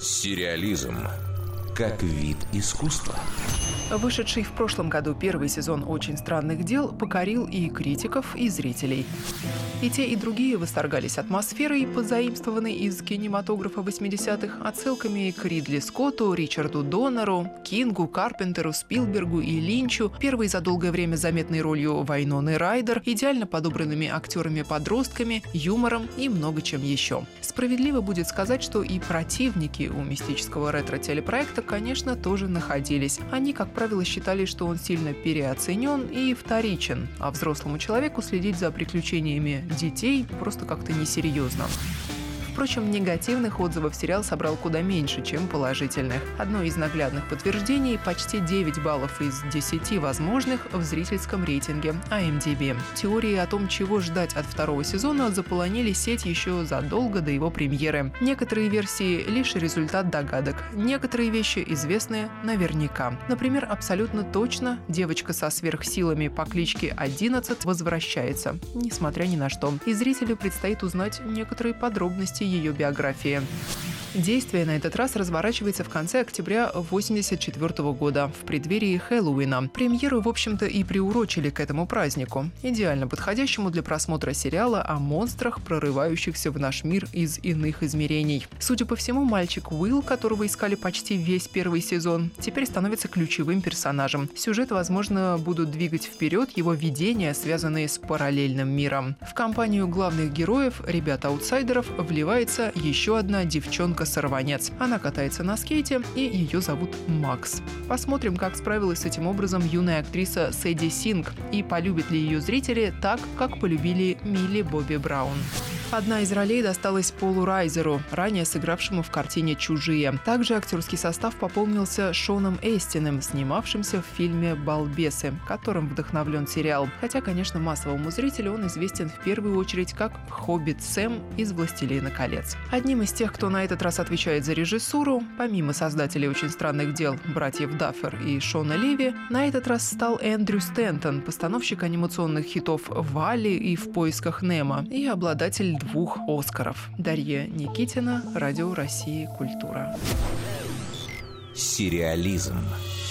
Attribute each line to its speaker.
Speaker 1: Сериализм как вид искусства.
Speaker 2: Вышедший в прошлом году первый сезон «Очень странных дел» покорил и критиков, и зрителей. И те, и другие восторгались атмосферой, позаимствованной из кинематографа 80-х, отсылками к Ридли Скотту, Ричарду Доннеру, Кингу, Карпентеру, Спилбергу и Линчу, первой за долгое время заметной ролью Вайноны Райдер, идеально подобранными актерами-подростками, юмором и много чем еще. Справедливо будет сказать, что и противники у мистического ретро-телепроекта, конечно, тоже находились. Они, как правило, считали, что он сильно переоценен и вторичен, а взрослому человеку следить за приключениями детей просто как-то несерьезно. Впрочем, негативных отзывов сериал собрал куда меньше, чем положительных. Одно из наглядных подтверждений – почти 9 баллов из 10 возможных в зрительском рейтинге IMDb. Теории о том, чего ждать от второго сезона, заполонили сеть еще задолго до его премьеры. Некоторые версии – лишь результат догадок. Некоторые вещи известны наверняка. Например, абсолютно точно девочка со сверхсилами по кличке 11 возвращается, несмотря ни на что. И зрителю предстоит узнать некоторые подробности ее биографии. Действие на этот раз разворачивается в конце октября 1984 года, в преддверии Хэллоуина. Премьеру, в общем-то, и приурочили к этому празднику, идеально подходящему для просмотра сериала о монстрах, прорывающихся в наш мир из иных измерений. Судя по всему, мальчик Уилл, которого искали почти весь первый сезон, теперь становится ключевым персонажем. Сюжет, возможно, будут двигать вперед его видения, связанные с параллельным миром. В компанию главных героев, ребят-аутсайдеров, вливается еще одна девчонка-сорванец. Она катается на скейте, и ее зовут Макс. Посмотрим, как справилась с этим образом юная актриса Сэдди Синг и полюбят ли ее зрители так, как полюбили Милли Бобби Браун. Одна из ролей досталась Полу Райзеру, ранее сыгравшему в картине «Чужие». Также актерский состав пополнился Шоном Эстином, снимавшимся в фильме «Балбесы», которым вдохновлен сериал. Хотя, конечно, массовому зрителю он известен в первую очередь как Хоббит Сэм из «Властелина колец». Одним из тех, кто на этот раз отвечает за режиссуру, помимо создателей «Очень странных дел» братьев Даффер и Шона Леви, на этот раз стал Эндрю Стэнтон, постановщик анимационных хитов «Валли» и «В поисках Немо» и обладатель 2 Оскаров. Дарья Никитина, Радио России «Культура».
Speaker 1: Сериализм